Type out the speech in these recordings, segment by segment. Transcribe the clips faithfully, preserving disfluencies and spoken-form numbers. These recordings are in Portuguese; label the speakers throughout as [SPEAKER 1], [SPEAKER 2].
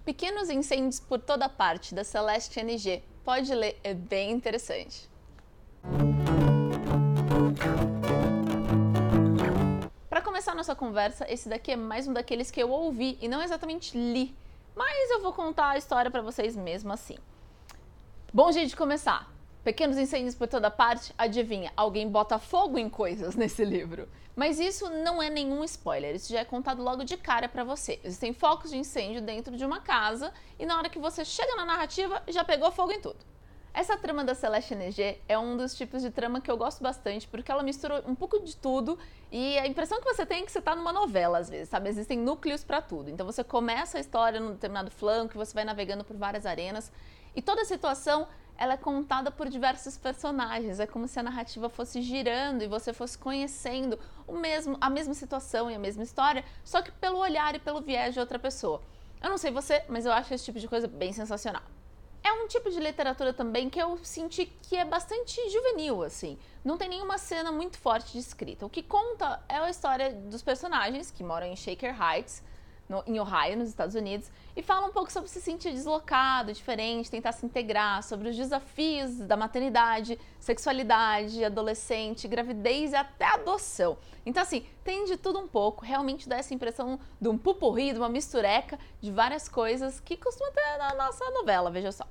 [SPEAKER 1] Pequenos Incêndios por Toda Parte, da Celeste N G. Pode ler, é bem interessante. Para começar a nossa conversa, esse daqui é mais um daqueles que eu ouvi e não exatamente li, mas eu vou contar a história para vocês mesmo assim. Bom jeito de começar. Pequenos incêndios por toda parte, adivinha, alguém bota fogo em coisas nesse livro. Mas isso não é nenhum spoiler, isso já é contado logo de cara pra você. Existem focos de incêndio dentro de uma casa e na hora que você chega na narrativa, já pegou fogo em tudo. Essa trama da Celeste N G é um dos tipos de trama que eu gosto bastante, porque ela mistura um pouco de tudo e a impressão que você tem é que você tá numa novela às vezes, sabe? Existem núcleos pra tudo. Então você começa a história num determinado flanco e você vai navegando por várias arenas e toda a situação ela é contada por diversos personagens, é como se a narrativa fosse girando e você fosse conhecendo o mesmo, a mesma situação e a mesma história, só que pelo olhar e pelo viés de outra pessoa. Eu não sei você, mas eu acho esse tipo de coisa bem sensacional. É um tipo de literatura também que eu senti que é bastante juvenil, assim. Não tem nenhuma cena muito forte de escrita. O que conta é a história dos personagens que moram em Shaker Heights, No, em Ohio, nos Estados Unidos, e fala um pouco sobre se sentir deslocado, diferente, tentar se integrar, sobre os desafios da maternidade, sexualidade, adolescente, gravidez e até adoção. Então, assim, tem de tudo um pouco, realmente dá essa impressão de um pupurri, de uma mistureca de várias coisas que costuma ter na nossa novela, veja só.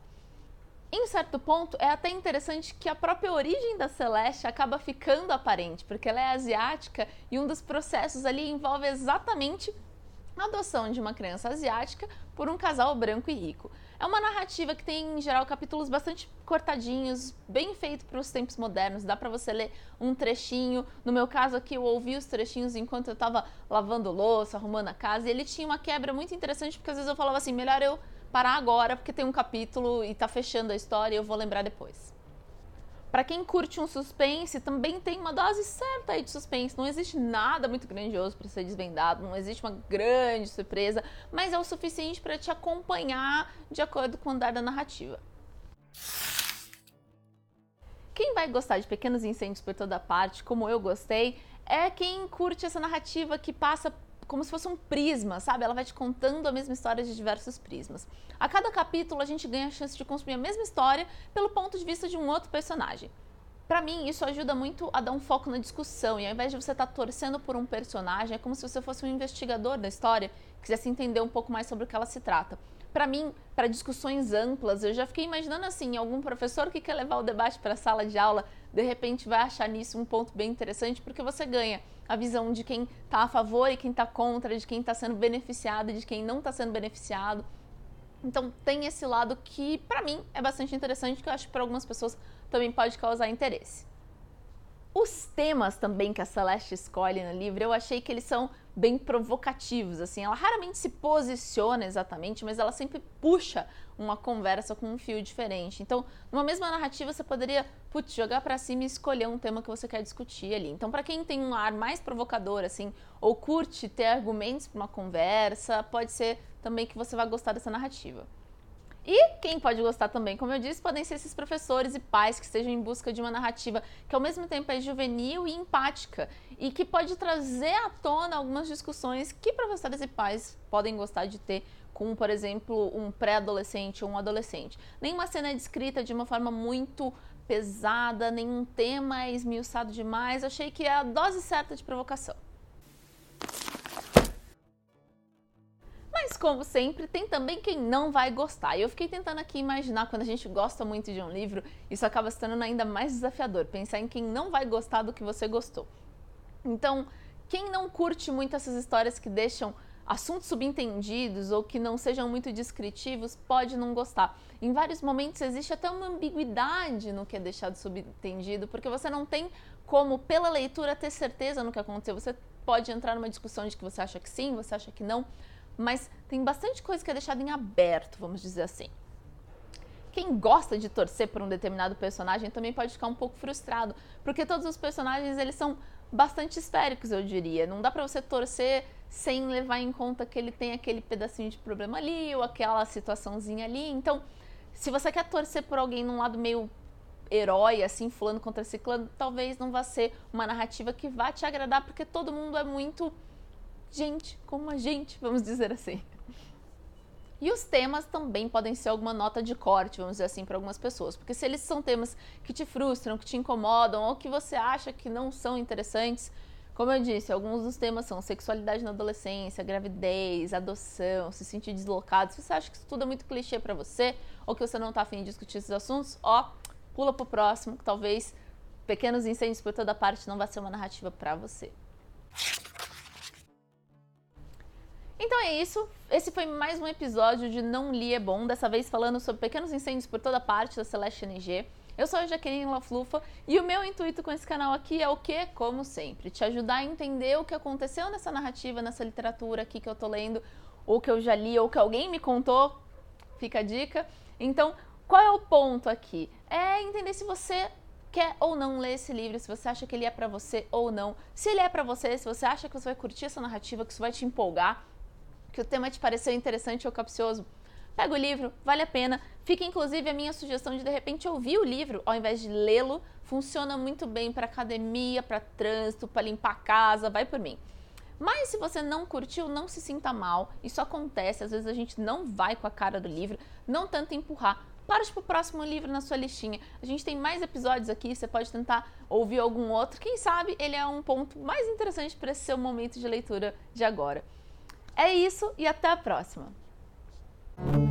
[SPEAKER 1] Em certo ponto, é até interessante que a própria origem da Celeste acaba ficando aparente, porque ela é asiática e um dos processos ali envolve exatamente a adoção de uma criança asiática por um casal branco e rico. É uma narrativa que tem, em geral, capítulos bastante cortadinhos, bem feito para os tempos modernos, dá para você ler um trechinho. No meu caso aqui, eu ouvi os trechinhos enquanto eu estava lavando louça, arrumando a casa, e ele tinha uma quebra muito interessante, porque às vezes eu falava assim, melhor eu parar agora, porque tem um capítulo e tá fechando a história e eu vou lembrar depois. Para quem curte um suspense, também tem uma dose certa aí de suspense. Não existe nada muito grandioso para ser desvendado, não existe uma grande surpresa, mas é o suficiente para te acompanhar de acordo com o andar da narrativa. Quem vai gostar de Pequenos Incêndios por Toda Parte, como eu gostei, é quem curte essa narrativa que passa como se fosse um prisma, sabe? Ela vai te contando a mesma história de diversos prismas. A cada capítulo a gente ganha a chance de consumir a mesma história pelo ponto de vista de um outro personagem. Pra mim, isso ajuda muito a dar um foco na discussão, e ao invés de você estar torcendo por um personagem, é como se você fosse um investigador da história, quisesse entender um pouco mais sobre o que ela se trata. Pra mim, para discussões amplas, eu já fiquei imaginando assim, algum professor que quer levar o debate para a sala de aula, de repente vai achar nisso um ponto bem interessante, porque você ganha a visão de quem está a favor e quem está contra, de quem está sendo beneficiado e de quem não está sendo beneficiado. Então tem esse lado que, para mim, é bastante interessante, que eu acho que para algumas pessoas também pode causar interesse. Os temas também que a Celeste escolhe no livro, eu achei que eles são bem provocativos, assim, ela raramente se posiciona exatamente, mas ela sempre puxa uma conversa com um fio diferente. Então, numa mesma narrativa, você poderia, putz, jogar pra cima e escolher um tema que você quer discutir ali. Então, pra quem tem um ar mais provocador, assim, ou curte ter argumentos pra uma conversa, pode ser também que você vai gostar dessa narrativa. E quem pode gostar também, como eu disse, podem ser esses professores e pais que estejam em busca de uma narrativa que ao mesmo tempo é juvenil e empática e que pode trazer à tona algumas discussões que professores e pais podem gostar de ter com, por exemplo, um pré-adolescente ou um adolescente. Nenhuma cena é descrita de uma forma muito pesada, nenhum tema é esmiuçado demais. Achei que é a dose certa de provocação. Mas, como sempre, tem também quem não vai gostar. E eu fiquei tentando aqui imaginar, quando a gente gosta muito de um livro, isso acaba se tornando ainda mais desafiador, pensar em quem não vai gostar do que você gostou. Então, quem não curte muito essas histórias que deixam assuntos subentendidos ou que não sejam muito descritivos, pode não gostar. Em vários momentos existe até uma ambiguidade no que é deixado subentendido, porque você não tem como, pela leitura, ter certeza no que aconteceu. Você pode entrar numa discussão de que você acha que sim, você acha que não, mas tem bastante coisa que é deixada em aberto, vamos dizer assim. Quem gosta de torcer por um determinado personagem também pode ficar um pouco frustrado, porque todos os personagens, eles são bastante esféricos, eu diria. Não dá pra você torcer sem levar em conta que ele tem aquele pedacinho de problema ali, ou aquela situaçãozinha ali. Então, se você quer torcer por alguém num lado meio herói, assim, fulano contra ciclano, talvez não vá ser uma narrativa que vá te agradar, porque todo mundo é muito gente, como a gente, vamos dizer assim. E os temas também podem ser alguma nota de corte, vamos dizer assim, para algumas pessoas. Porque se eles são temas que te frustram, que te incomodam ou que você acha que não são interessantes, como eu disse, alguns dos temas são sexualidade na adolescência, gravidez, adoção, se sentir deslocado. Se você acha que isso tudo é muito clichê para você ou que você não tá afim de discutir esses assuntos, ó, pula pro próximo, que talvez Pequenos Incêndios por Toda Parte não vai ser uma narrativa para você. Então é isso, esse foi mais um episódio de Não Li é Bom, dessa vez falando sobre Pequenos Incêndios por Toda Parte, da Celeste N G. Eu sou a Jaqueline Laflufa e o meu intuito com esse canal aqui é o quê? Como sempre, te ajudar a entender o que aconteceu nessa narrativa, nessa literatura aqui que eu tô lendo, ou que eu já li, ou que alguém me contou, fica a dica. Então, qual é o ponto aqui? É entender se você quer ou não ler esse livro, se você acha que ele é pra você ou não. Se ele é pra você, se você acha que você vai curtir essa narrativa, que isso vai te empolgar, que o tema te pareceu interessante ou capcioso, pega o livro, vale a pena. Fica inclusive a minha sugestão de de repente ouvir o livro ao invés de lê-lo. Funciona muito bem para academia, para trânsito, para limpar a casa, vai por mim. Mas se você não curtiu, não se sinta mal. Isso acontece, às vezes a gente não vai com a cara do livro, não tenta empurrar. Parte pro próximo livro na sua listinha. A gente tem mais episódios aqui, você pode tentar ouvir algum outro. Quem sabe ele é um ponto mais interessante para esse seu momento de leitura de agora. É isso e até a próxima!